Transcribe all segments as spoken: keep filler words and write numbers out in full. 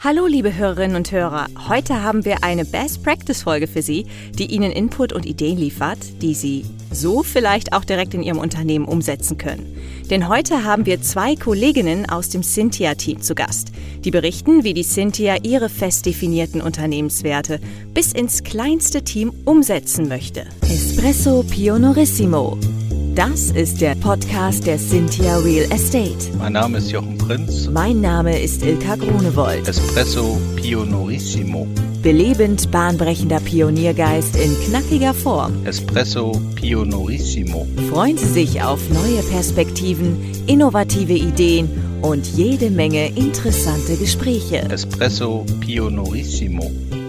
Hallo liebe Hörerinnen und Hörer, heute haben wir eine Best-Practice-Folge für Sie, die Ihnen Input und Ideen liefert, die Sie so vielleicht auch direkt in Ihrem Unternehmen umsetzen können. Denn heute haben wir zwei Kolleginnen aus dem Cynthia-Team zu Gast, die berichten, wie die Cynthia ihre fest definierten Unternehmenswerte bis ins kleinste Team umsetzen möchte. Espresso Pionorissimo. Das ist der Podcast der Cynthia Real Estate. Mein Name ist Jochen Prinz. Mein Name ist Ilka Grunewold. Espresso Pionorissimo. Belebend bahnbrechender Pioniergeist in knackiger Form. Espresso Pionorissimo. Freuen Sie sich auf neue Perspektiven, innovative Ideen und jede Menge interessante Gespräche. Espresso Pionorissimo.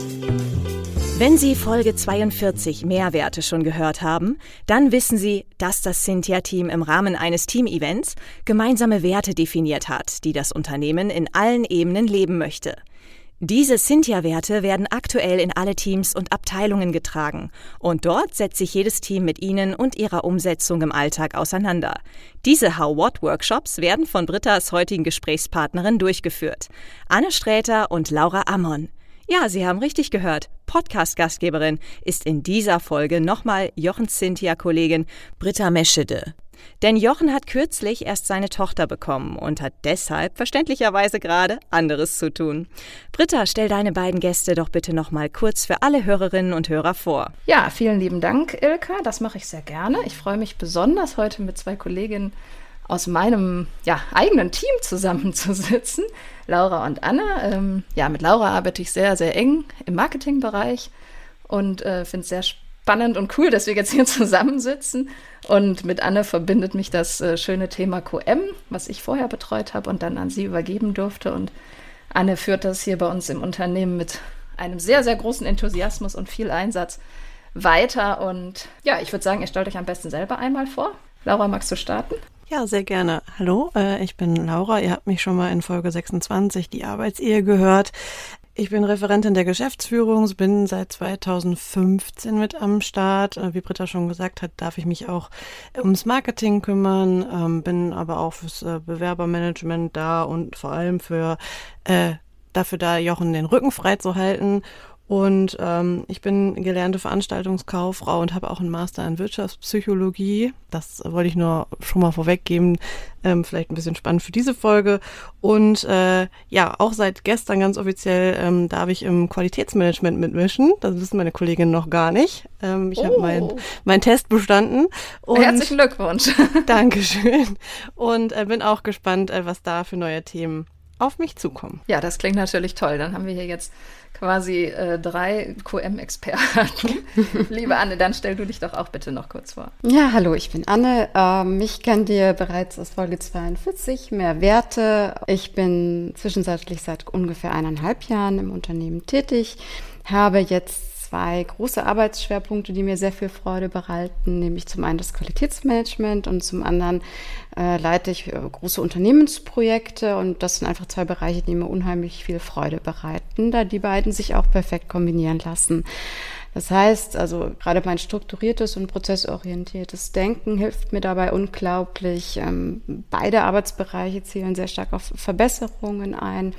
Wenn Sie Folge zweiundvierzig Mehrwerte schon gehört haben, dann wissen Sie, dass das Cynthia-Team im Rahmen eines Team-Events gemeinsame Werte definiert hat, die das Unternehmen in allen Ebenen leben möchte. Diese Cynthia-Werte werden aktuell in alle Teams und Abteilungen getragen und dort setzt sich jedes Team mit ihnen und ihrer Umsetzung im Alltag auseinander. Diese How-What-Workshops werden von Britta's heutigen Gesprächspartnerin durchgeführt, Anne Sträter und Laura Ammon. Ja, Sie haben richtig gehört. Podcast-Gastgeberin ist in dieser Folge nochmal Jochens Cynthia-Kollegin Britta Meschede. Denn Jochen hat kürzlich erst seine Tochter bekommen und hat deshalb verständlicherweise gerade anderes zu tun. Britta, stell deine beiden Gäste doch bitte nochmal kurz für alle Hörerinnen und Hörer vor. Ja, vielen lieben Dank, Ilka. Das mache ich sehr gerne. Ich freue mich besonders, heute mit zwei Kolleginnen aus meinem ja, eigenen Team zusammenzusitzen, Laura und Anne. Ähm, ja, mit Laura arbeite ich sehr, sehr eng im Marketingbereich und äh, finde es sehr spannend und cool, dass wir jetzt hier zusammensitzen. Und mit Anne verbindet mich das äh, schöne Thema Q M, was ich vorher betreut habe und dann an sie übergeben durfte. Und Anne führt das hier bei uns im Unternehmen mit einem sehr, sehr großen Enthusiasmus und viel Einsatz weiter. Und ja, ich würde sagen, ihr stellt euch am besten selber einmal vor. Laura, magst du starten? Ja, sehr gerne. Hallo, äh, ich bin Laura. Ihr habt mich schon mal in Folge sechsundzwanzig, die Arbeitsehe, gehört. Ich bin Referentin der Geschäftsführung, bin seit zweitausendfünfzehn mit am Start. Äh, wie Britta schon gesagt hat, darf ich mich auch ums Marketing kümmern, ähm, bin aber auch fürs äh, Bewerbermanagement da und vor allem für äh, dafür da, Jochen den Rücken frei zu halten. Und ähm, ich bin gelernte Veranstaltungskauffrau und habe auch einen Master in Wirtschaftspsychologie. Das wollte ich nur schon mal vorweggeben, ähm, vielleicht ein bisschen spannend für diese Folge. Und äh, ja, auch seit gestern ganz offiziell ähm, darf ich im Qualitätsmanagement mitmischen. Das wissen meine Kolleginnen noch gar nicht. Ähm, ich oh. habe meinen mein Test bestanden. Und herzlichen Glückwunsch. Dankeschön. Und äh, bin auch gespannt, äh, was da für neue Themen auf mich zukommen. Ja, das klingt natürlich toll. Dann haben wir hier jetzt quasi äh, drei Q M-Experten. Liebe Anne, dann stell du dich doch auch bitte noch kurz vor. Ja, hallo, ich bin Anne. Ähm, mich kennt ihr bereits aus Folge zweiundvierzig, mehr Werte. Ich bin zwischenzeitlich seit ungefähr eineinhalb Jahren im Unternehmen tätig, habe jetzt zwei große Arbeitsschwerpunkte, die mir sehr viel Freude bereiten, nämlich zum einen das Qualitätsmanagement und zum anderen äh, leite ich äh, große Unternehmensprojekte und das sind einfach zwei Bereiche, die mir unheimlich viel Freude bereiten, da die beiden sich auch perfekt kombinieren lassen. Das heißt, also gerade mein strukturiertes und prozessorientiertes Denken hilft mir dabei unglaublich. Ähm, beide Arbeitsbereiche zielen sehr stark auf Verbesserungen ein.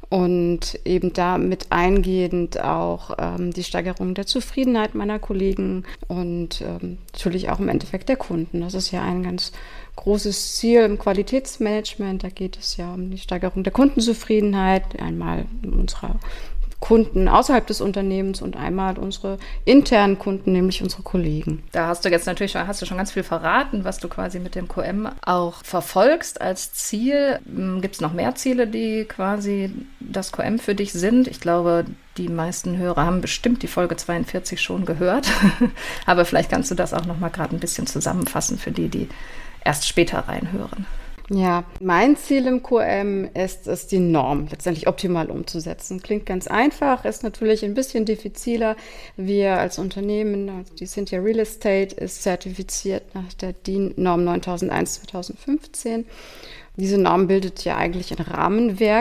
Und eben damit eingehend auch ähm, die Steigerung der Zufriedenheit meiner Kollegen und ähm, natürlich auch im Endeffekt der Kunden. Das ist ja ein ganz großes Ziel im Qualitätsmanagement. Da geht es ja um die Steigerung der Kundenzufriedenheit, einmal unserer Kunden außerhalb des Unternehmens und einmal unsere internen Kunden, nämlich unsere Kollegen. Da hast du jetzt natürlich schon, hast du schon ganz viel verraten, was du quasi mit dem Q M auch verfolgst als Ziel. Gibt es noch mehr Ziele, die quasi das Q M für dich sind? Ich glaube, die meisten Hörer haben bestimmt die Folge zweiundvierzig schon gehört. Aber vielleicht kannst du das auch noch mal gerade ein bisschen zusammenfassen für die, die erst später reinhören. Ja, mein Ziel im Q M ist es, die Norm letztendlich optimal umzusetzen. Klingt ganz einfach, ist natürlich ein bisschen diffiziler. Wir als Unternehmen, also die Cynthia Real Estate, ist zertifiziert nach der D I N-Norm neuntausend eins zweitausendfünfzehn. Diese Norm bildet ja eigentlich ein Rahmenwerk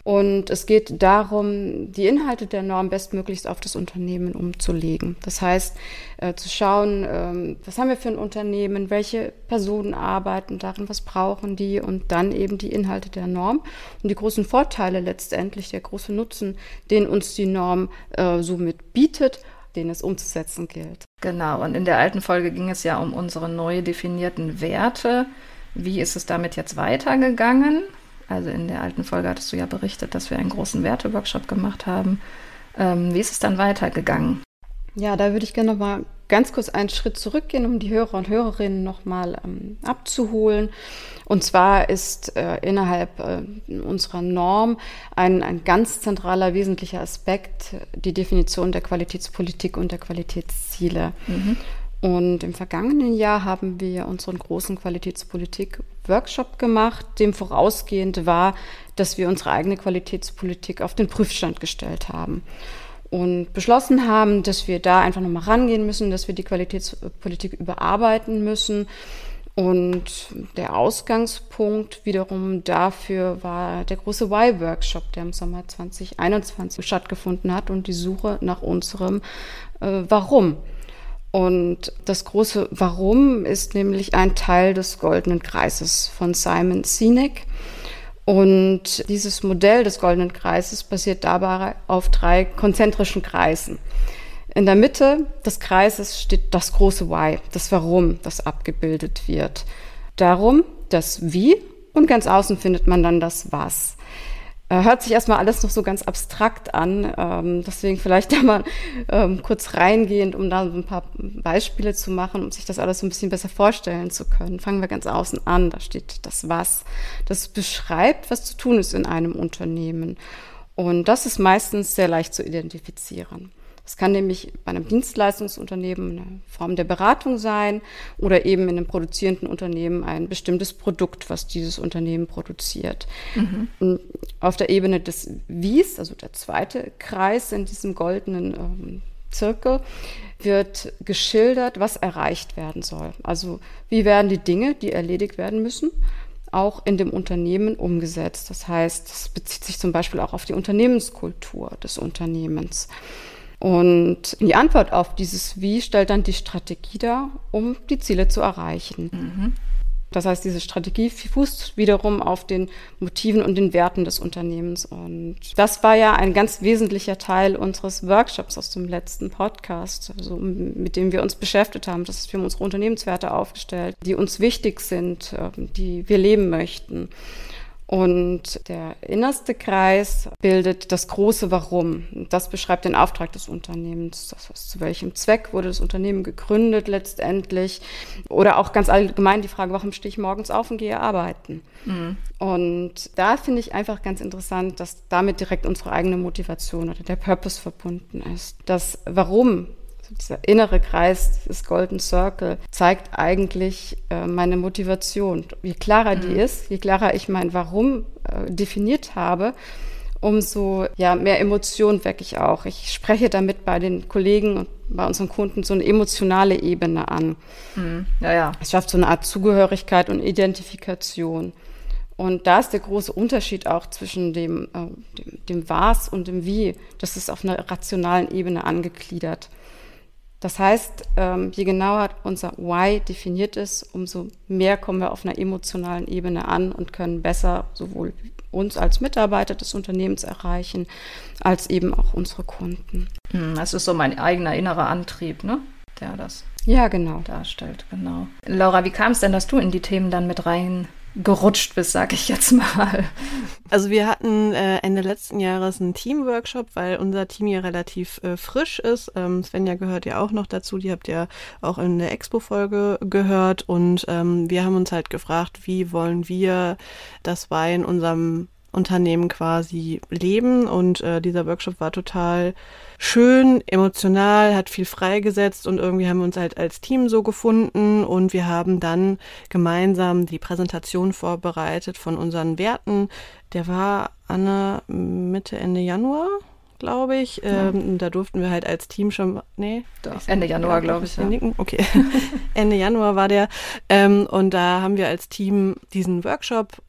Und es geht darum, die Inhalte der Norm bestmöglichst auf das Unternehmen umzulegen. Das heißt, äh, zu schauen, ähm, was haben wir für ein Unternehmen, welche Personen arbeiten darin, was brauchen die und dann eben die Inhalte der Norm und die großen Vorteile letztendlich, der große Nutzen, den uns die Norm äh, somit bietet, den es umzusetzen gilt. Genau, und in der alten Folge ging es ja um unsere neu definierten Werte. Wie ist es damit jetzt weitergegangen? Also in der alten Folge hattest du ja berichtet, dass wir einen großen Werteworkshop gemacht haben. Ähm, wie ist es dann weitergegangen? Ja, da würde ich gerne noch mal ganz kurz einen Schritt zurückgehen, um die Hörer und Hörerinnen noch mal ähm, abzuholen. Und zwar ist äh, innerhalb äh, unserer Norm ein, ein ganz zentraler, wesentlicher Aspekt die Definition der Qualitätspolitik und der Qualitätsziele. Mhm. Und im vergangenen Jahr haben wir unseren großen Qualitätspolitik-Workshop gemacht, dem vorausgehend war, dass wir unsere eigene Qualitätspolitik auf den Prüfstand gestellt haben und beschlossen haben, dass wir da einfach nochmal rangehen müssen, dass wir die Qualitätspolitik überarbeiten müssen. Und der Ausgangspunkt wiederum dafür war der große Why-Workshop, der im Sommer zwanzig einundzwanzig stattgefunden hat und die Suche nach unserem äh, Warum. Und das große Warum ist nämlich ein Teil des Goldenen Kreises von Simon Sinek. Und dieses Modell des Goldenen Kreises basiert dabei auf drei konzentrischen Kreisen. In der Mitte des Kreises steht das große Why, das Warum, das abgebildet wird. Darum das Wie und ganz außen findet man dann das Was. Hört sich erstmal alles noch so ganz abstrakt an, ähm, deswegen vielleicht da mal ähm, kurz reingehend, um da so ein paar Beispiele zu machen, um sich das alles so ein bisschen besser vorstellen zu können. Fangen wir ganz außen an, da steht das Was. Das beschreibt, was zu tun ist in einem Unternehmen und das ist meistens sehr leicht zu identifizieren. Es kann nämlich bei einem Dienstleistungsunternehmen eine Form der Beratung sein oder eben in einem produzierenden Unternehmen ein bestimmtes Produkt, was dieses Unternehmen produziert. Mhm. Auf der Ebene des Wies, also der zweite Kreis in diesem goldenen ähm, Zirkel, wird geschildert, was erreicht werden soll. Also wie werden die Dinge, die erledigt werden müssen, auch in dem Unternehmen umgesetzt. Das heißt, das bezieht sich zum Beispiel auch auf die Unternehmenskultur des Unternehmens. Und die Antwort auf dieses Wie stellt dann die Strategie dar, um die Ziele zu erreichen. Mhm. Das heißt, diese Strategie fußt wiederum auf den Motiven und den Werten des Unternehmens. Und das war ja ein ganz wesentlicher Teil unseres Workshops aus dem letzten Podcast, also mit dem wir uns beschäftigt haben. Das ist, wir haben unsere Unternehmenswerte aufgestellt, die uns wichtig sind, die wir leben möchten. Und der innerste Kreis bildet das große Warum. Das beschreibt den Auftrag des Unternehmens. Das heißt, zu welchem Zweck wurde das Unternehmen gegründet letztendlich? Oder auch ganz allgemein die Frage, warum stehe ich morgens auf und gehe arbeiten? Mhm. Und da finde ich einfach ganz interessant, dass damit direkt unsere eigene Motivation oder der Purpose verbunden ist. Das Warum, dieser innere Kreis des Golden Circle, zeigt eigentlich äh, meine Motivation. Je klarer mhm. die ist, je klarer ich mein Warum äh, definiert habe, umso ja, mehr Emotion wecke ich auch. Ich spreche damit bei den Kollegen und bei unseren Kunden so eine emotionale Ebene an. Mhm. Ja, ja. Es schafft so eine Art Zugehörigkeit und Identifikation. Und da ist der große Unterschied auch zwischen dem, äh, dem, dem Was und dem Wie. Das ist auf einer rationalen Ebene angegliedert. Das heißt, je genauer unser Why definiert ist, umso mehr kommen wir auf einer emotionalen Ebene an und können besser sowohl uns als Mitarbeiter des Unternehmens erreichen, als eben auch unsere Kunden. Das ist so mein eigener innerer Antrieb, ne? Der das ja, genau. darstellt. Genau. Laura, wie kam es denn, dass du in die Themen dann mit rein gerutscht bist, sag ich jetzt mal? Also wir hatten äh, Ende letzten Jahres einen Teamworkshop, weil unser Team ja relativ äh, frisch ist. Ähm, Svenja gehört ja auch noch dazu, die habt ihr auch in der Expo-Folge gehört und ähm, wir haben uns halt gefragt, wie wollen wir das Why in unserem Unternehmen quasi leben und äh, dieser Workshop war total schön, emotional, hat viel freigesetzt und irgendwie haben wir uns halt als Team so gefunden und wir haben dann gemeinsam die Präsentation vorbereitet von unseren Werten. Der war Anne Mitte, Ende Januar, glaube ich. Ja. Ähm, da durften wir halt als Team schon, nee. Doch, Ende Januar, glaube ich. Ja. Okay, Ende Januar war der ähm, und da haben wir als Team diesen Workshop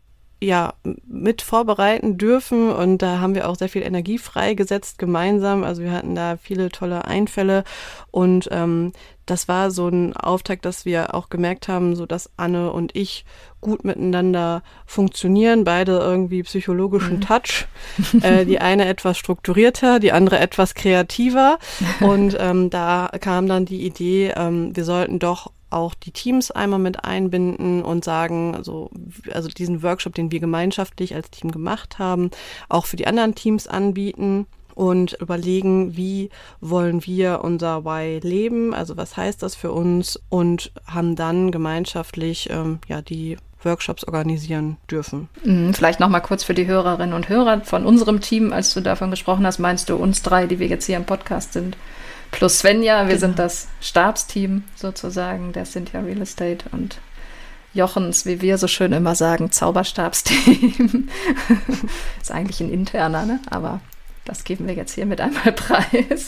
ja mit vorbereiten dürfen und da haben wir auch sehr viel Energie freigesetzt gemeinsam. Also wir hatten da viele tolle Einfälle und ähm, das war so ein Auftakt, dass wir auch gemerkt haben, so dass Anne und ich gut miteinander funktionieren, beide irgendwie psychologischen mhm. Touch. Äh, die eine etwas strukturierter, die andere etwas kreativer. Und ähm, da kam dann die Idee, ähm, wir sollten doch auch die Teams einmal mit einbinden und sagen, also, also diesen Workshop, den wir gemeinschaftlich als Team gemacht haben, auch für die anderen Teams anbieten. Und überlegen, wie wollen wir unser Why leben, also was heißt das für uns und haben dann gemeinschaftlich ähm, ja die Workshops organisieren dürfen. Vielleicht nochmal kurz für die Hörerinnen und Hörer von unserem Team, als du davon gesprochen hast, meinst du uns drei, die wir jetzt hier im Podcast sind, plus Svenja, wir genau. sind das Stabsteam sozusagen der Cynthia Real Estate und Jochens, wie wir so schön immer sagen, Zauberstabsteam. Ist eigentlich ein interner, ne? Aber das geben wir jetzt hier mit einmal preis.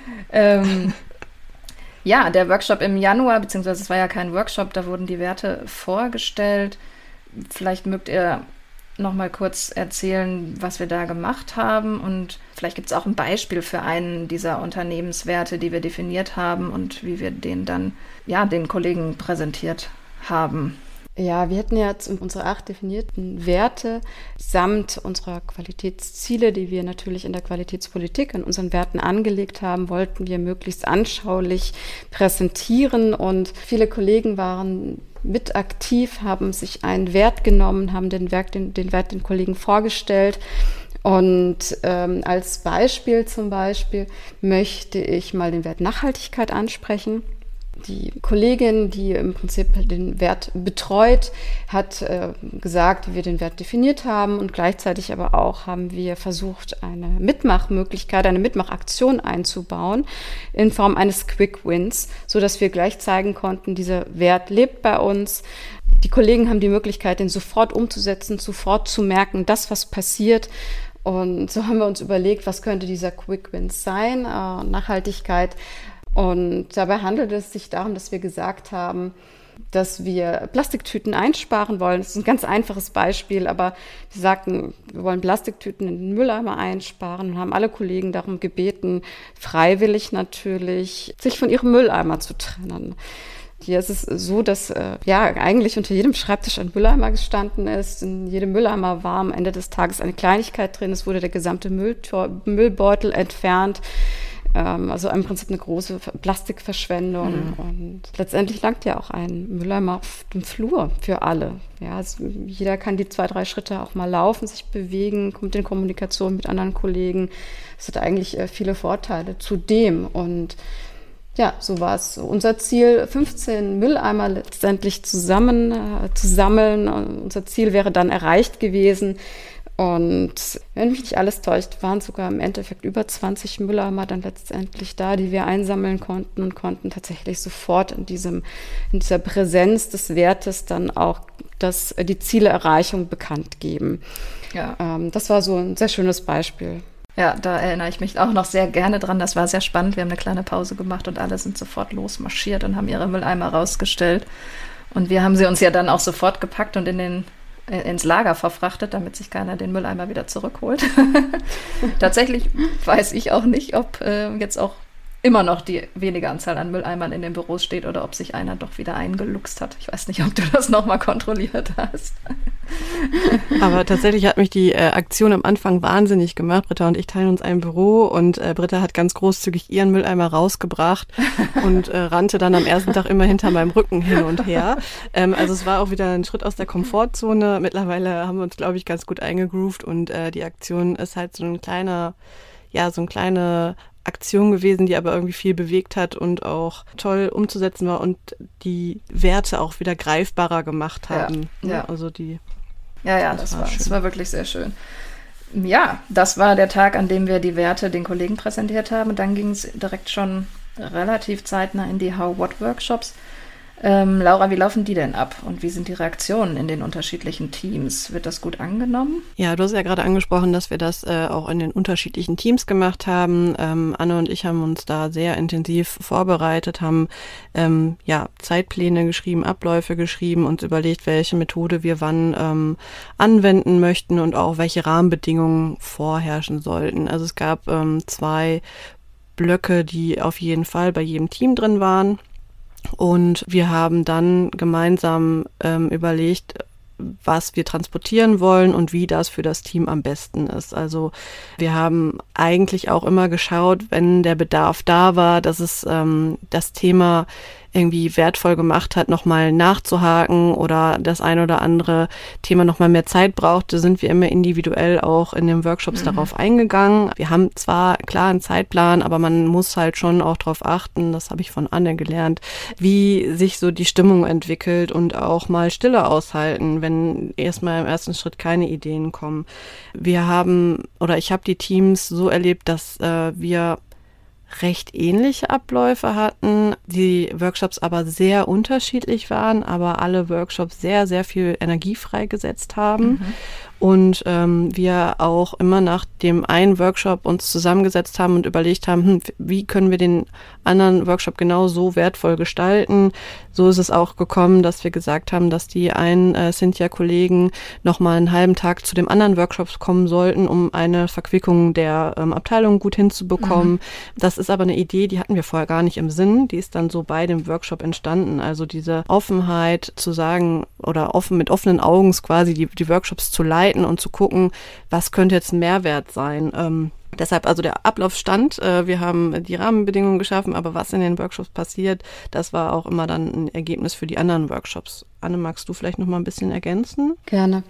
ähm, ja, der Workshop im Januar, beziehungsweise es war ja kein Workshop, da wurden die Werte vorgestellt. Vielleicht mögt ihr noch mal kurz erzählen, was wir da gemacht haben und vielleicht gibt es auch ein Beispiel für einen dieser Unternehmenswerte, die wir definiert haben und wie wir den dann ja den Kollegen präsentiert haben. Ja, wir hätten jetzt unsere acht definierten Werte samt unserer Qualitätsziele, die wir natürlich in der Qualitätspolitik in unseren Werten angelegt haben, wollten wir möglichst anschaulich präsentieren und viele Kollegen waren mit aktiv, haben sich einen Wert genommen, haben den Wert den, den, Wert den Kollegen vorgestellt. Und ähm, als Beispiel zum Beispiel möchte ich mal den Wert Nachhaltigkeit ansprechen. Die Kollegin, die im Prinzip den Wert betreut, hat äh, gesagt, wie wir den Wert definiert haben und gleichzeitig aber auch haben wir versucht, eine Mitmachmöglichkeit, eine Mitmachaktion einzubauen in Form eines Quick Wins, sodass wir gleich zeigen konnten, dieser Wert lebt bei uns. Die Kollegen haben die Möglichkeit, den sofort umzusetzen, sofort zu merken, das, was passiert. Und so haben wir uns überlegt, was könnte dieser Quick Win sein, äh, Nachhaltigkeit. Und dabei handelt es sich darum, dass wir gesagt haben, dass wir Plastiktüten einsparen wollen. Das ist ein ganz einfaches Beispiel, aber wir sagten, wir wollen Plastiktüten in den Mülleimer einsparen und haben alle Kollegen darum gebeten, freiwillig natürlich, sich von ihrem Mülleimer zu trennen. Hier ist es so, dass äh, ja eigentlich unter jedem Schreibtisch ein Mülleimer gestanden ist. In jedem Mülleimer war am Ende des Tages eine Kleinigkeit drin. Es wurde der gesamte Mülltor- Müllbeutel entfernt. Also im Prinzip eine große Plastikverschwendung. Mhm. Und letztendlich langt ja auch ein Mülleimer auf dem Flur für alle. Ja, also jeder kann die zwei, drei Schritte auch mal laufen, sich bewegen, kommt in Kommunikation mit anderen Kollegen. Es hat eigentlich viele Vorteile zudem. Und ja, so war es unser Ziel, fünfzehn Mülleimer letztendlich zusammen äh, zu sammeln. Und unser Ziel wäre dann erreicht gewesen. Und wenn mich nicht alles täuscht, waren sogar im Endeffekt über zwanzig Mülleimer dann letztendlich da, die wir einsammeln konnten und konnten tatsächlich sofort in diesem, in dieser Präsenz des Wertes dann auch das, die Zielerreichung bekannt geben. Ja. Ähm, das war so ein sehr schönes Beispiel. Ja, da erinnere ich mich auch noch sehr gerne dran. Das war sehr spannend. Wir haben eine kleine Pause gemacht und alle sind sofort losmarschiert und haben ihre Mülleimer rausgestellt. Und wir haben sie uns ja dann auch sofort gepackt und in den ins Lager verfrachtet, damit sich keiner den Mülleimer wieder zurückholt. Tatsächlich weiß ich auch nicht, ob äh, jetzt auch immer noch die wenige Anzahl an Mülleimern in den Büros steht oder ob sich einer doch wieder eingeluchst hat. Ich weiß nicht, ob du das nochmal kontrolliert hast. Aber tatsächlich hat mich die äh, Aktion am Anfang wahnsinnig gemacht. Britta und ich teilen uns ein Büro und äh, Britta hat ganz großzügig ihren Mülleimer rausgebracht und äh, rannte dann am ersten Tag immer hinter meinem Rücken hin und her. Ähm, also es war auch wieder ein Schritt aus der Komfortzone. Mittlerweile haben wir uns, glaube ich, ganz gut eingegroovt und äh, die Aktion ist halt so ein kleiner, ja, so ein kleine Aktion gewesen, die aber irgendwie viel bewegt hat und auch toll umzusetzen war und die Werte auch wieder greifbarer gemacht haben. Ja, ja. Also die Ja, ja, das, das, war, war das war wirklich sehr schön. Ja, das war der Tag, an dem wir die Werte den Kollegen präsentiert haben. Und dann ging es direkt schon relativ zeitnah in die How-What-Workshops. Ähm, Laura, wie laufen die denn ab und wie sind die Reaktionen in den unterschiedlichen Teams? Wird das gut angenommen? Ja, du hast ja gerade angesprochen, dass wir das äh, auch in den unterschiedlichen Teams gemacht haben. Ähm, Anne und ich haben uns da sehr intensiv vorbereitet, haben ähm, ja Zeitpläne geschrieben, Abläufe geschrieben, uns überlegt, welche Methode wir wann ähm, anwenden möchten und auch welche Rahmenbedingungen vorherrschen sollten. Also es gab ähm, zwei Blöcke, die auf jeden Fall bei jedem Team drin waren. Und wir haben dann gemeinsam ähm, überlegt, was wir transportieren wollen und wie das für das Team am besten ist. Also wir haben eigentlich auch immer geschaut, wenn der Bedarf da war, dass es ähm, das Thema irgendwie wertvoll gemacht hat, nochmal nachzuhaken oder das ein oder andere Thema nochmal mehr Zeit brauchte, sind wir immer individuell auch in den Workshops mhm. darauf eingegangen. Wir haben zwar klar einen Zeitplan, aber man muss halt schon auch darauf achten, das habe ich von Anne gelernt, wie sich so die Stimmung entwickelt und auch mal Stille aushalten, wenn erstmal im ersten Schritt keine Ideen kommen. Wir haben, oder ich habe die Teams so erlebt, dass äh, wir recht ähnliche Abläufe hatten, die Workshops aber sehr unterschiedlich waren, aber alle Workshops sehr, sehr viel Energie freigesetzt haben. Mhm. Und ähm, wir auch immer nach dem einen Workshop uns zusammengesetzt haben und überlegt haben, hm, wie können wir den anderen Workshop genau so wertvoll gestalten. So ist es auch gekommen, dass wir gesagt haben, dass die einen äh, Cynthia-Kollegen nochmal einen halben Tag zu dem anderen Workshop kommen sollten, um eine Verquickung der ähm, Abteilung gut hinzubekommen. Mhm. Das ist aber eine Idee, die hatten wir vorher gar nicht im Sinn. Die ist dann so bei dem Workshop entstanden. Also diese Offenheit zu sagen oder offen mit offenen Augen quasi die, die Workshops zu leiten und zu gucken, was könnte jetzt ein Mehrwert sein. Ähm, deshalb also der Ablauf stand, äh, wir haben die Rahmenbedingungen geschaffen, aber was in den Workshops passiert, das war auch immer dann ein Ergebnis für die anderen Workshops. Anne, magst du vielleicht noch mal ein bisschen ergänzen? Gerne.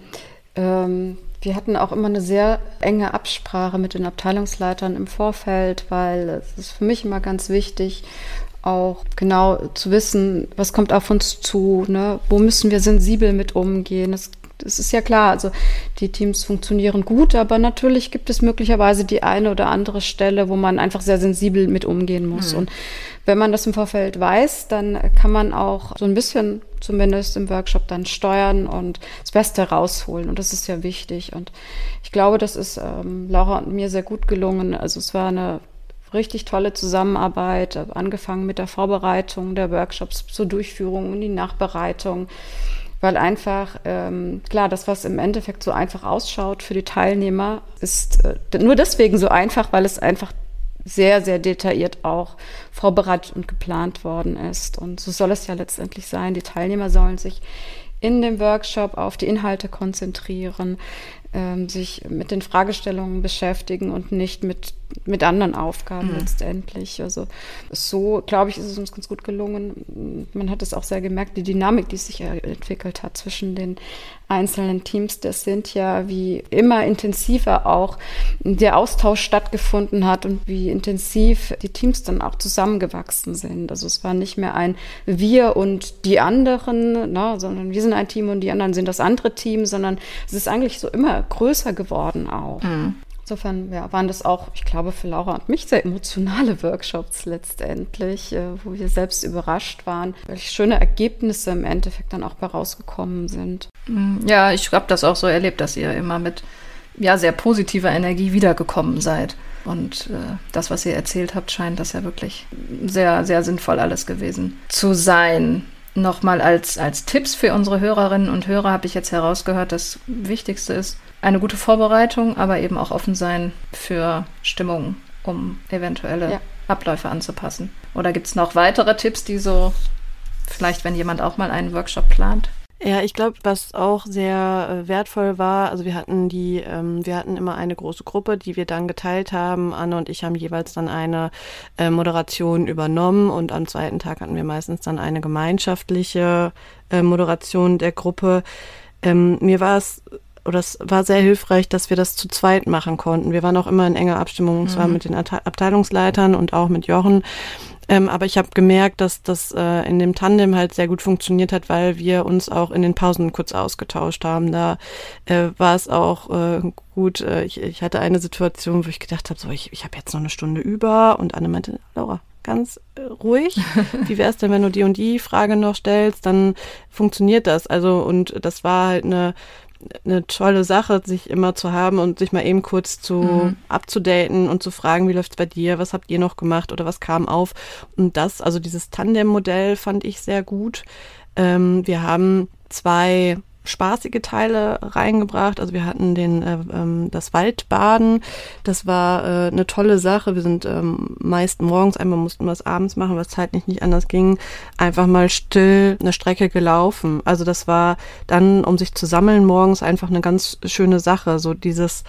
Ähm, wir hatten auch immer eine sehr enge Absprache mit den Abteilungsleitern im Vorfeld, weil es ist für mich immer ganz wichtig, auch genau zu wissen, was kommt auf uns zu, ne? Wo müssen wir sensibel mit umgehen. Das Das ist ja klar, also die Teams funktionieren gut, aber natürlich gibt es möglicherweise die eine oder andere Stelle, wo man einfach sehr sensibel mit umgehen muss. Mhm. Und wenn man das im Vorfeld weiß, dann kann man auch so ein bisschen zumindest im Workshop dann steuern und das Beste rausholen. Und das ist ja wichtig. Und ich glaube, das ist ähm, Laura und mir sehr gut gelungen. Also es war eine richtig tolle Zusammenarbeit, angefangen mit der Vorbereitung der Workshops zur Durchführung und die Nachbereitung. Weil einfach, ähm, klar, das, was im Endeffekt so einfach ausschaut für die Teilnehmer, ist äh, nur deswegen so einfach, weil es einfach sehr, sehr detailliert auch vorbereitet und geplant worden ist. Und so soll es ja letztendlich sein. Die Teilnehmer sollen sich in dem Workshop auf die Inhalte konzentrieren, ähm, sich mit den Fragestellungen beschäftigen und nicht mit, mit anderen Aufgaben mhm. letztendlich. Also so, glaube ich, ist es uns ganz gut gelungen. Man hat es auch sehr gemerkt, die Dynamik, die sich entwickelt hat zwischen den einzelnen Teams der Cynthia, wie immer intensiver auch der Austausch stattgefunden hat und wie intensiv die Teams dann auch zusammengewachsen sind. Also es war nicht mehr ein Wir und die anderen, ne, sondern wir sind ein Team und die anderen sind das andere Team, sondern es ist eigentlich so immer größer geworden auch. Mhm. Insofern ja, waren das auch, ich glaube, für Laura und mich sehr emotionale Workshops letztendlich, äh, wo wir selbst überrascht waren, welche schöne Ergebnisse im Endeffekt dann auch bei rausgekommen sind. Ja, ich habe das auch so erlebt, dass ihr immer mit ja, sehr positiver Energie wiedergekommen seid. Und äh, das, was ihr erzählt habt, scheint das ja wirklich sehr, sehr sinnvoll alles gewesen zu sein. Nochmal als, als Tipps für unsere Hörerinnen und Hörer habe ich jetzt herausgehört, das Wichtigste ist eine gute Vorbereitung, aber eben auch offen sein für Stimmung, um eventuelle ja. Abläufe anzupassen. Oder gibt es noch weitere Tipps, die so, vielleicht wenn jemand auch mal einen Workshop plant? Ja, ich glaube, was auch sehr äh, wertvoll war, also wir hatten die, ähm, wir hatten immer eine große Gruppe, die wir dann geteilt haben. Anne und ich haben jeweils dann eine äh, Moderation übernommen und am zweiten Tag hatten wir meistens dann eine gemeinschaftliche äh, Moderation der Gruppe. Ähm, mir war es, oder es war sehr hilfreich, dass wir das zu zweit machen konnten. Wir waren auch immer in enger Abstimmung, und zwar mhm. mit den Abteilungsleitern und auch mit Jochen. Ähm, aber ich habe gemerkt, dass das äh, in dem Tandem halt sehr gut funktioniert hat, weil wir uns auch in den Pausen kurz ausgetauscht haben. Da äh, war es auch äh, gut. Äh, ich, ich hatte eine Situation, wo ich gedacht habe, so ich, ich habe jetzt noch eine Stunde über und Anne meinte, Laura, ganz äh, ruhig. Wie wäre es denn, wenn du die und die Frage noch stellst, dann funktioniert das. Also und das war halt eine, eine tolle Sache, sich immer zu haben und sich mal eben kurz zu mhm. abzudaten und zu fragen, wie läuft's bei dir, was habt ihr noch gemacht oder was kam auf. Und das, also dieses Tandem-Modell fand ich sehr gut. Ähm, wir haben zwei spaßige Teile reingebracht. Also wir hatten den äh, ähm, das Waldbaden. Das war äh, eine tolle Sache. Wir sind ähm, meist morgens, einmal mussten wir es abends machen, weil es zeitlich nicht anders ging, einfach mal still eine Strecke gelaufen. Also das war dann, um sich zu sammeln morgens, einfach eine ganz schöne Sache. So dieses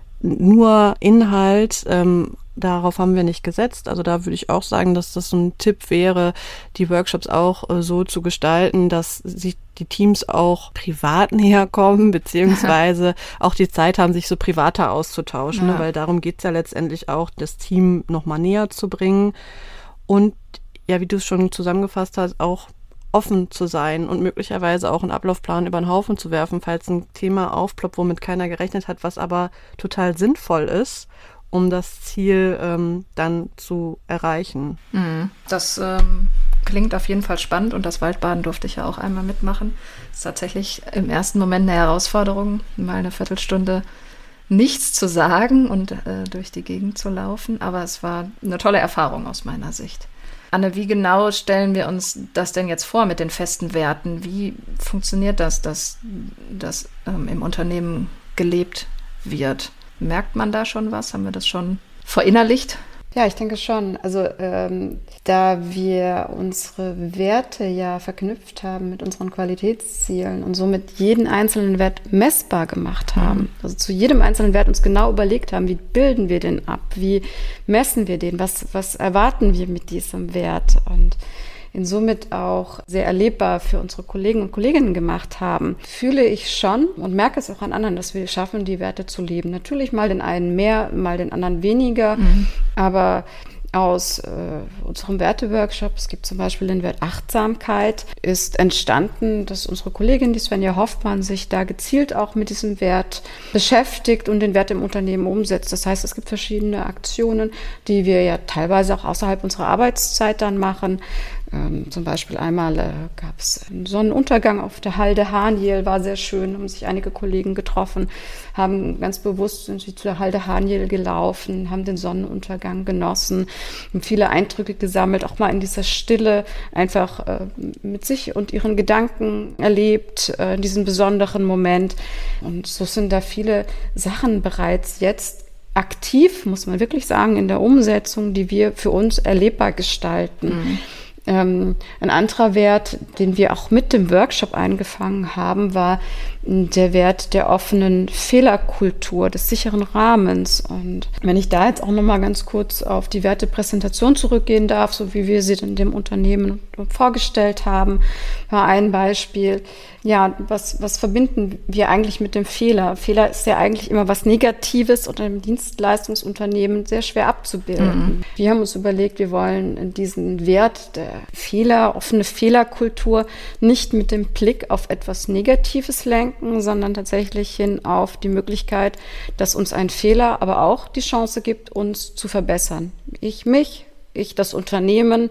nur Inhalt, ähm, darauf haben wir nicht gesetzt. Also da würde ich auch sagen, dass das so ein Tipp wäre, die Workshops auch äh, so zu gestalten, dass sich die Teams auch privat näher kommen, beziehungsweise auch die Zeit haben, sich so privater auszutauschen, ja. ne? Weil darum geht's ja letztendlich auch, das Team nochmal näher zu bringen und ja, wie du es schon zusammengefasst hast, auch offen zu sein und möglicherweise auch einen Ablaufplan über den Haufen zu werfen, falls ein Thema aufploppt, womit keiner gerechnet hat, was aber total sinnvoll ist, um das Ziel ähm, dann zu erreichen. Das ähm, klingt auf jeden Fall spannend und das Waldbaden durfte ich ja auch einmal mitmachen. Das ist tatsächlich im ersten Moment eine Herausforderung, mal eine Viertelstunde nichts zu sagen und äh, durch die Gegend zu laufen, aber es war eine tolle Erfahrung aus meiner Sicht. Anne, wie genau stellen wir uns das denn jetzt vor mit den festen Werten? Wie funktioniert das, dass das ähm, im Unternehmen gelebt wird? Merkt man da schon was? Haben wir das schon verinnerlicht? Ja, ich denke schon. Also ähm, da wir unsere Werte ja verknüpft haben mit unseren Qualitätszielen und somit jeden einzelnen Wert messbar gemacht haben, also zu jedem einzelnen Wert uns genau überlegt haben, wie bilden wir den ab, wie messen wir den, was, was erwarten wir mit diesem Wert und insomit auch sehr erlebbar für unsere Kollegen und Kolleginnen gemacht haben, fühle ich schon und merke es auch an anderen, dass wir schaffen, die Werte zu leben. Natürlich mal den einen mehr, mal den anderen weniger, mhm. aber aus äh, unserem Werteworkshop, es gibt zum Beispiel den Wert Achtsamkeit, ist entstanden, dass unsere Kollegin, die Svenja Hoffmann, sich da gezielt auch mit diesem Wert beschäftigt und den Wert im Unternehmen umsetzt. Das heißt, es gibt verschiedene Aktionen, die wir ja teilweise auch außerhalb unserer Arbeitszeit dann machen. Ähm, zum Beispiel einmal äh, gab es einen Sonnenuntergang auf der Halde Haniel, war sehr schön, haben sich einige Kollegen getroffen, haben ganz bewusst sind sie zur Halde Haniel gelaufen, haben den Sonnenuntergang genossen, haben viele Eindrücke gesammelt, auch mal in dieser Stille einfach äh, mit sich und ihren Gedanken erlebt, äh, in diesem besonderen Moment. Und so sind da viele Sachen bereits jetzt aktiv, muss man wirklich sagen, in der Umsetzung, die wir für uns erlebbar gestalten. Mhm. Ähm, ein anderer Wert, den wir auch mit dem Workshop eingefangen haben, war der Wert der offenen Fehlerkultur, des sicheren Rahmens. Und wenn ich da jetzt auch noch mal ganz kurz auf die Wertepräsentation zurückgehen darf, so wie wir sie in dem Unternehmen vorgestellt haben, war ein Beispiel. Ja, was, was verbinden wir eigentlich mit dem Fehler? Fehler ist ja eigentlich immer was Negatives und im Dienstleistungsunternehmen sehr schwer abzubilden. Mhm. Wir haben uns überlegt, wir wollen diesen Wert der Fehler, offene Fehlerkultur nicht mit dem Blick auf etwas Negatives lenken, sondern tatsächlich hin auf die Möglichkeit, dass uns ein Fehler aber auch die Chance gibt, uns zu verbessern. Ich mich, ich das Unternehmen.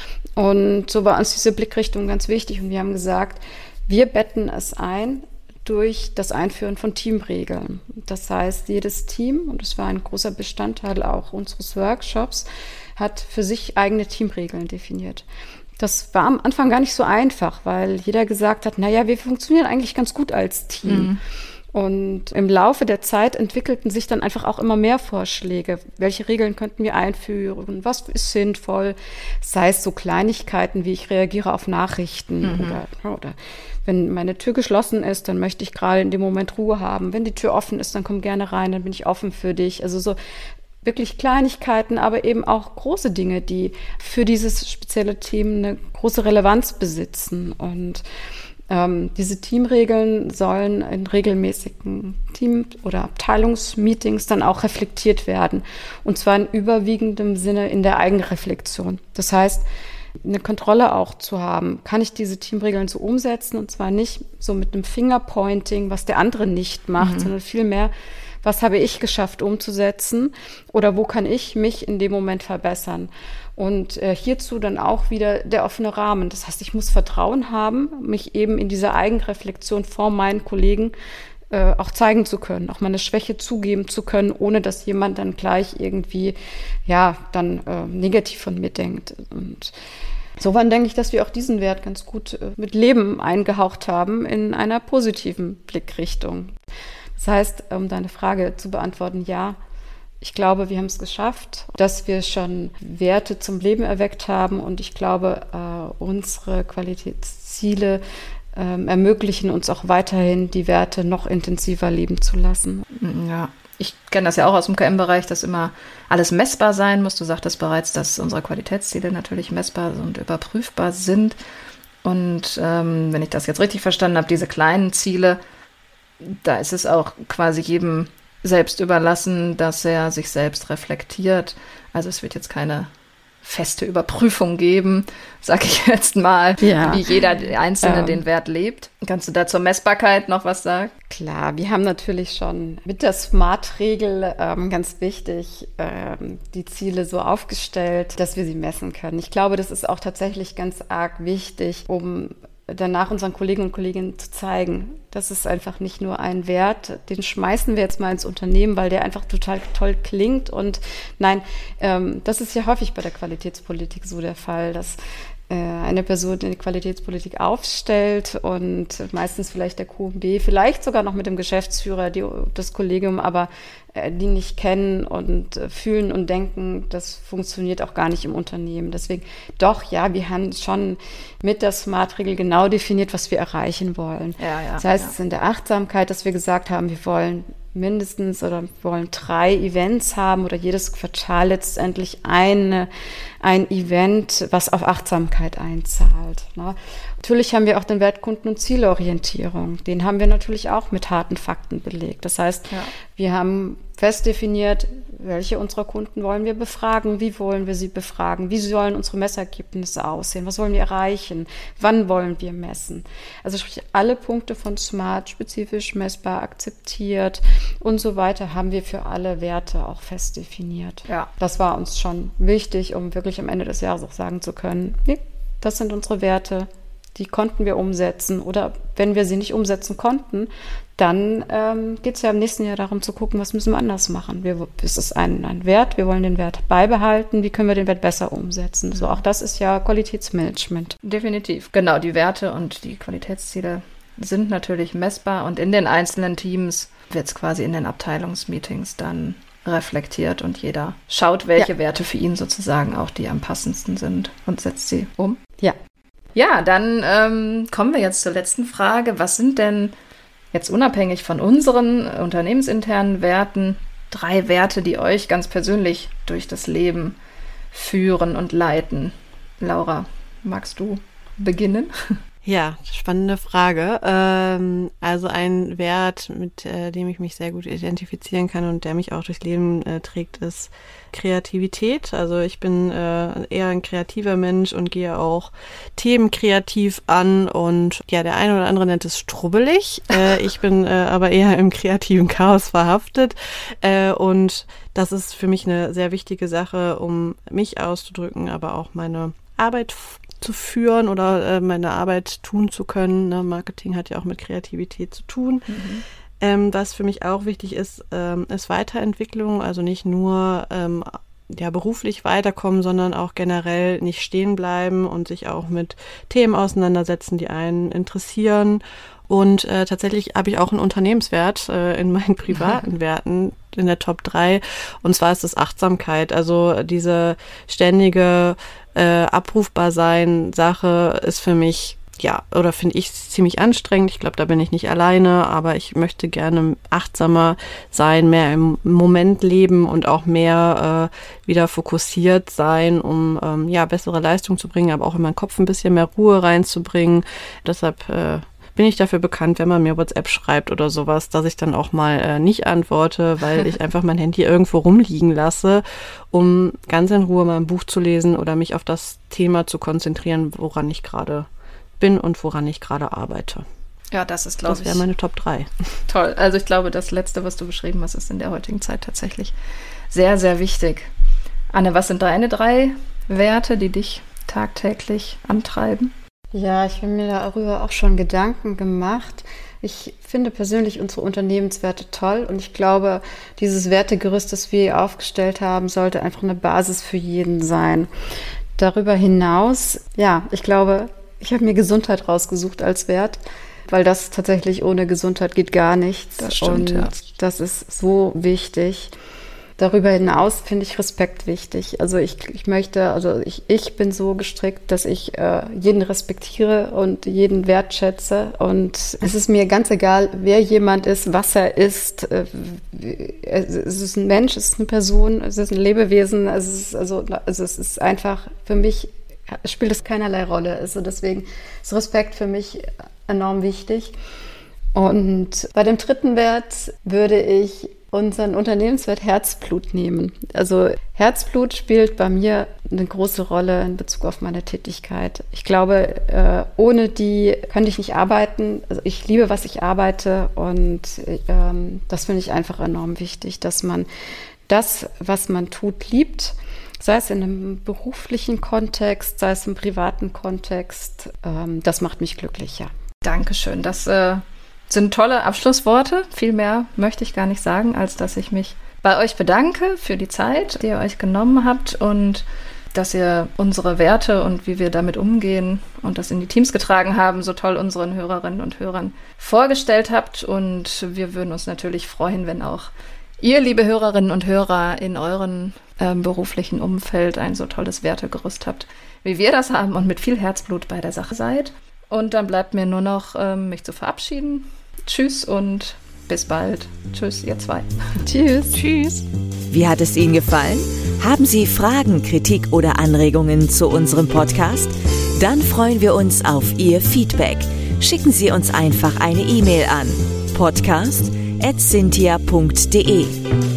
Und so war uns diese Blickrichtung ganz wichtig. Und wir haben gesagt, wir betten es ein durch das Einführen von Teamregeln. Das heißt, jedes Team, und das war ein großer Bestandteil auch unseres Workshops, hat für sich eigene Teamregeln definiert. Das war am Anfang gar nicht so einfach, weil jeder gesagt hat, naja, wir funktionieren eigentlich ganz gut als Team. Mhm. Und im Laufe der Zeit entwickelten sich dann einfach auch immer mehr Vorschläge. Welche Regeln könnten wir einführen? Was ist sinnvoll? Sei es so Kleinigkeiten, wie ich reagiere auf Nachrichten mhm. oder, oder wenn meine Tür geschlossen ist, dann möchte ich gerade in dem Moment Ruhe haben. Wenn die Tür offen ist, dann komm gerne rein, dann bin ich offen für dich. Also so wirklich Kleinigkeiten, aber eben auch große Dinge, die für dieses spezielle Team eine große Relevanz besitzen. Und ähm, diese Teamregeln sollen in regelmäßigen Team- oder Abteilungsmeetings dann auch reflektiert werden. Und zwar in überwiegendem Sinne in der Eigenreflexion. Das heißt, eine Kontrolle auch zu haben. Kann ich diese Teamregeln so umsetzen? Und zwar nicht so mit einem Fingerpointing, was der andere nicht macht, mhm. sondern vielmehr, Was habe ich geschafft umzusetzen oder wo kann ich mich in dem Moment verbessern? Und äh, hierzu dann auch wieder der offene Rahmen. Das heißt, ich muss Vertrauen haben, mich eben in dieser Eigenreflexion vor meinen Kollegen äh, auch zeigen zu können, auch meine Schwäche zugeben zu können, ohne dass jemand dann gleich irgendwie, ja, dann äh, negativ von mir denkt. Und insofern denke ich, dass wir auch diesen Wert ganz gut äh, mit Leben eingehaucht haben in einer positiven Blickrichtung. Das heißt, um deine Frage zu beantworten, ja, ich glaube, wir haben es geschafft, dass wir schon Werte zum Leben erweckt haben und ich glaube, äh, unsere Qualitätsziele äh, ermöglichen uns auch weiterhin, die Werte noch intensiver leben zu lassen. Ja, ich kenne das ja auch aus dem K M-Bereich, dass immer alles messbar sein muss. Du sagtest bereits, dass unsere Qualitätsziele natürlich messbar und überprüfbar sind. Und ähm, wenn ich das jetzt richtig verstanden habe, diese kleinen Ziele, da ist es auch quasi jedem selbst überlassen, dass er sich selbst reflektiert. Also es wird jetzt keine feste Überprüfung geben, sag ich jetzt mal, ja. wie jeder Einzelne ähm. den Wert lebt. Kannst du da zur Messbarkeit noch was sagen? Klar, wir haben natürlich schon mit der SMART-Regel ähm, ganz wichtig ähm, die Ziele so aufgestellt, dass wir sie messen können. Ich glaube, das ist auch tatsächlich ganz arg wichtig, um danach unseren Kollegen und Kolleginnen zu zeigen. Das ist einfach nicht nur ein Wert, den schmeißen wir jetzt mal ins Unternehmen, weil der einfach total toll klingt. Und nein, ähm, das ist ja häufig bei der Qualitätspolitik so der Fall, dass äh, eine Person die Qualitätspolitik aufstellt und meistens vielleicht der Q M B, vielleicht sogar noch mit dem Geschäftsführer, die, das Kollegium, aber äh, die nicht kennen und äh, fühlen und denken, das funktioniert auch gar nicht im Unternehmen. Deswegen doch, ja, wir haben schon mit der SMART-Regel genau definiert, was wir erreichen wollen. Ja, ja, das heißt, ja. es ist in der Achtsamkeit, dass wir gesagt haben, wir wollen mindestens oder wir wollen drei Events haben oder jedes Quartal letztendlich eine, ein Event, was auf Achtsamkeit einzahlt. Ne? Natürlich haben wir auch den Wert Kunden- und Zielorientierung. Den haben wir natürlich auch mit harten Fakten belegt. Das heißt, ja. wir haben fest definiert, welche unserer Kunden wollen wir befragen, wie wollen wir sie befragen, wie sollen unsere Messergebnisse aussehen, was wollen wir erreichen, wann wollen wir messen. Also sprich, alle Punkte von SMART, spezifisch, messbar, akzeptiert und so weiter, haben wir für alle Werte auch fest definiert. Ja. Das war uns schon wichtig, um wirklich am Ende des Jahres auch sagen zu können, nee, das sind unsere Werte, die konnten wir umsetzen. Oder wenn wir sie nicht umsetzen konnten, dann ähm, geht es ja im nächsten Jahr darum zu gucken, was müssen wir anders machen. Wir, es ist ein, ein Wert, wir wollen den Wert beibehalten, wie können wir den Wert besser umsetzen. So, auch das ist ja Qualitätsmanagement. Definitiv, genau, die Werte und die Qualitätsziele sind natürlich messbar und in den einzelnen Teams wird es quasi in den Abteilungsmeetings dann reflektiert und jeder schaut, welche ja. Werte für ihn sozusagen auch die am passendsten sind und setzt sie um. Ja. Ja, dann ähm, kommen wir jetzt zur letzten Frage. Was sind denn jetzt unabhängig von unseren unternehmensinternen Werten drei Werte, die euch ganz persönlich durch das Leben führen und leiten? Laura, magst du beginnen? Ja, spannende Frage. Ähm, also ein Wert, mit äh, dem ich mich sehr gut identifizieren kann und der mich auch durchs Leben äh, trägt, ist Kreativität. Also ich bin äh, eher ein kreativer Mensch und gehe auch Themen kreativ an und ja, der eine oder andere nennt es strubbelig. Äh, ich bin äh, aber eher im kreativen Chaos verhaftet äh, und das ist für mich eine sehr wichtige Sache, um mich auszudrücken, aber auch meine Arbeit f- zu führen oder äh, meine Arbeit tun zu können. Ne? Marketing hat ja auch mit Kreativität zu tun. Mhm. Ähm, was für mich auch wichtig ist, ähm, ist Weiterentwicklung, also nicht nur ähm, ja, beruflich weiterkommen, sondern auch generell nicht stehen bleiben und sich auch mit Themen auseinandersetzen, die einen interessieren. Und äh, tatsächlich habe ich auch einen Unternehmenswert äh, in meinen privaten Werten in der Top drei. Und zwar ist es Achtsamkeit. Also diese ständige äh, Abrufbar-Sein-Sache ist für mich, ja, oder finde ich ziemlich anstrengend. Ich glaube, da bin ich nicht alleine, aber ich möchte gerne achtsamer sein, mehr im Moment leben und auch mehr äh, wieder fokussiert sein, um ähm, ja bessere Leistung zu bringen, aber auch in meinen Kopf ein bisschen mehr Ruhe reinzubringen. Deshalb äh, bin ich dafür bekannt, wenn man mir WhatsApp schreibt oder sowas, dass ich dann auch mal äh, nicht antworte, weil ich einfach mein Handy irgendwo rumliegen lasse, um ganz in Ruhe mal ein Buch zu lesen oder mich auf das Thema zu konzentrieren, woran ich gerade bin und woran ich gerade arbeite. Ja, das ist, glaube ich... Das wäre meine Top drei. Toll. Also ich glaube, das Letzte, was du beschrieben hast, ist in der heutigen Zeit tatsächlich sehr, sehr wichtig. Anne, was sind deine drei Werte, die dich tagtäglich antreiben? Ja, ich habe mir darüber auch schon Gedanken gemacht. Ich finde persönlich unsere Unternehmenswerte toll und ich glaube, dieses Wertegerüst, das wir aufgestellt haben, sollte einfach eine Basis für jeden sein. Darüber hinaus, ja, ich glaube, ich habe mir Gesundheit rausgesucht als Wert, weil das tatsächlich ohne Gesundheit geht gar nichts. Das stimmt, und ja. Das ist so wichtig. Darüber hinaus finde ich Respekt wichtig. Also ich, ich möchte, also ich, ich bin so gestrickt, dass ich äh, jeden respektiere und jeden wertschätze. Und es ist mir ganz egal, wer jemand ist, was er ist. Äh, es ist ein Mensch, es ist eine Person, es ist ein Lebewesen. Es ist, also, also es ist einfach, für mich spielt es keinerlei Rolle. Also deswegen ist Respekt für mich enorm wichtig. Und bei dem dritten Wert würde ich unseren Unternehmenswert Herzblut nehmen. Also Herzblut spielt bei mir eine große Rolle in Bezug auf meine Tätigkeit. Ich glaube, äh, ohne die könnte ich nicht arbeiten. Also ich liebe, was ich arbeite und ähm, das finde ich einfach enorm wichtig, dass man das, was man tut, liebt. Sei es in einem beruflichen Kontext, sei es im privaten Kontext. Ähm, das macht mich glücklich, ja. Dankeschön. Das äh sind tolle Abschlussworte. Viel mehr möchte ich gar nicht sagen, als dass ich mich bei euch bedanke für die Zeit, die ihr euch genommen habt und dass ihr unsere Werte und wie wir damit umgehen und das in die Teams getragen haben, so toll unseren Hörerinnen und Hörern vorgestellt habt. Und wir würden uns natürlich freuen, wenn auch ihr, liebe Hörerinnen und Hörer, in euren äh, beruflichen Umfeld ein so tolles Wertegerüst habt, wie wir das haben und mit viel Herzblut bei der Sache seid. Und dann bleibt mir nur noch, ähm, mich zu verabschieden. Tschüss und bis bald. Tschüss, ihr zwei. Tschüss. Tschüss. Wie hat es Ihnen gefallen? Haben Sie Fragen, Kritik oder Anregungen zu unserem Podcast? Dann freuen wir uns auf Ihr Feedback. Schicken Sie uns einfach eine E-Mail an podcast at cynthia punkt de.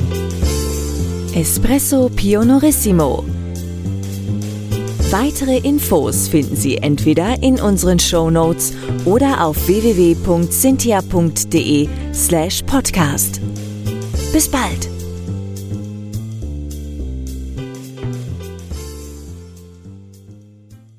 Espresso Pionorissimo. Weitere Infos finden Sie entweder in unseren Shownotes oder auf w w w punkt cynthia punkt de slash podcast. Bis bald!